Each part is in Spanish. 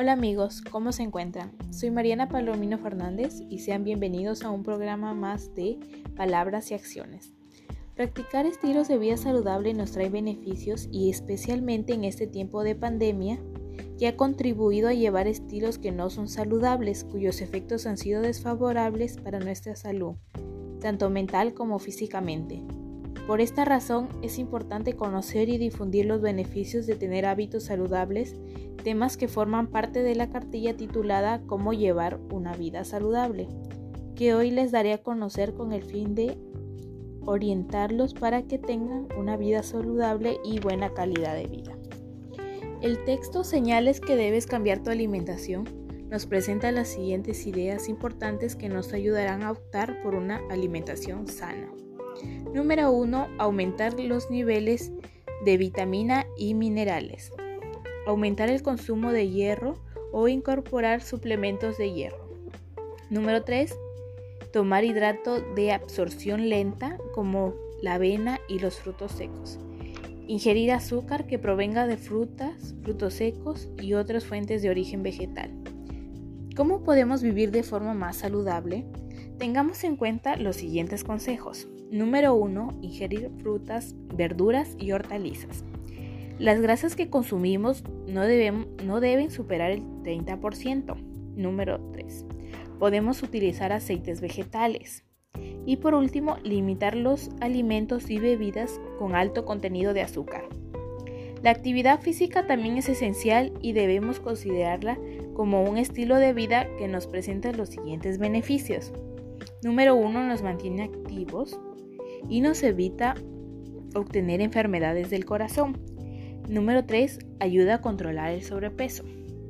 Hola amigos, ¿cómo se encuentran? Soy Mariana Palomino Fernández y sean bienvenidos a un programa más de Palabras y Acciones. Practicar estilos de vida saludable nos trae beneficios y especialmente en este tiempo de pandemia que ha contribuido a llevar estilos que no son saludables, cuyos efectos han sido desfavorables para nuestra salud, tanto mental como físicamente. Por esta razón es importante conocer y difundir los beneficios de tener hábitos saludables, temas que forman parte de la cartilla titulada Cómo llevar una vida saludable, que hoy les daré a conocer con el fin de orientarlos para que tengan una vida saludable y buena calidad de vida. El texto Señales que debes cambiar tu alimentación nos presenta las siguientes ideas importantes que nos ayudarán a optar por una alimentación sana. Número 1. Aumentar los niveles de vitamina y minerales. Aumentar el consumo de hierro o incorporar suplementos de hierro. Número 3. Tomar hidrato de absorción lenta como la avena y los frutos secos. Ingerir azúcar que provenga de frutas, frutos secos y otras fuentes de origen vegetal. ¿Cómo podemos vivir de forma más saludable? Tengamos en cuenta los siguientes consejos. Número 1. Ingerir frutas, verduras y hortalizas. Las grasas que consumimos no deben superar el 30%. Número 3. Podemos utilizar aceites vegetales. Y por último, limitar los alimentos y bebidas con alto contenido de azúcar. La actividad física también es esencial y debemos considerarla como un estilo de vida que nos presenta los siguientes beneficios. Número 1. Nos mantiene activos y nos evita obtener enfermedades del corazón. Número 3. Ayuda a controlar el sobrepeso.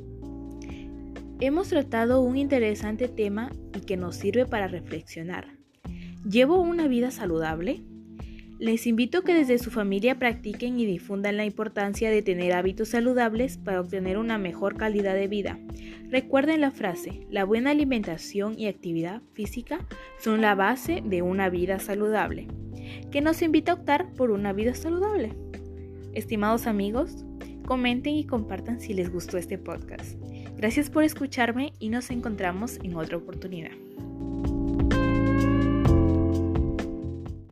Hemos tratado un interesante tema y que nos sirve para reflexionar. ¿Llevo una vida saludable? Les invito a que desde su familia practiquen y difundan la importancia de tener hábitos saludables para obtener una mejor calidad de vida. Recuerden la frase, la buena alimentación y actividad física son la base de una vida saludable, que nos invita a optar por una vida saludable. Estimados amigos, comenten y compartan si les gustó este podcast. Gracias por escucharme y nos encontramos en otra oportunidad.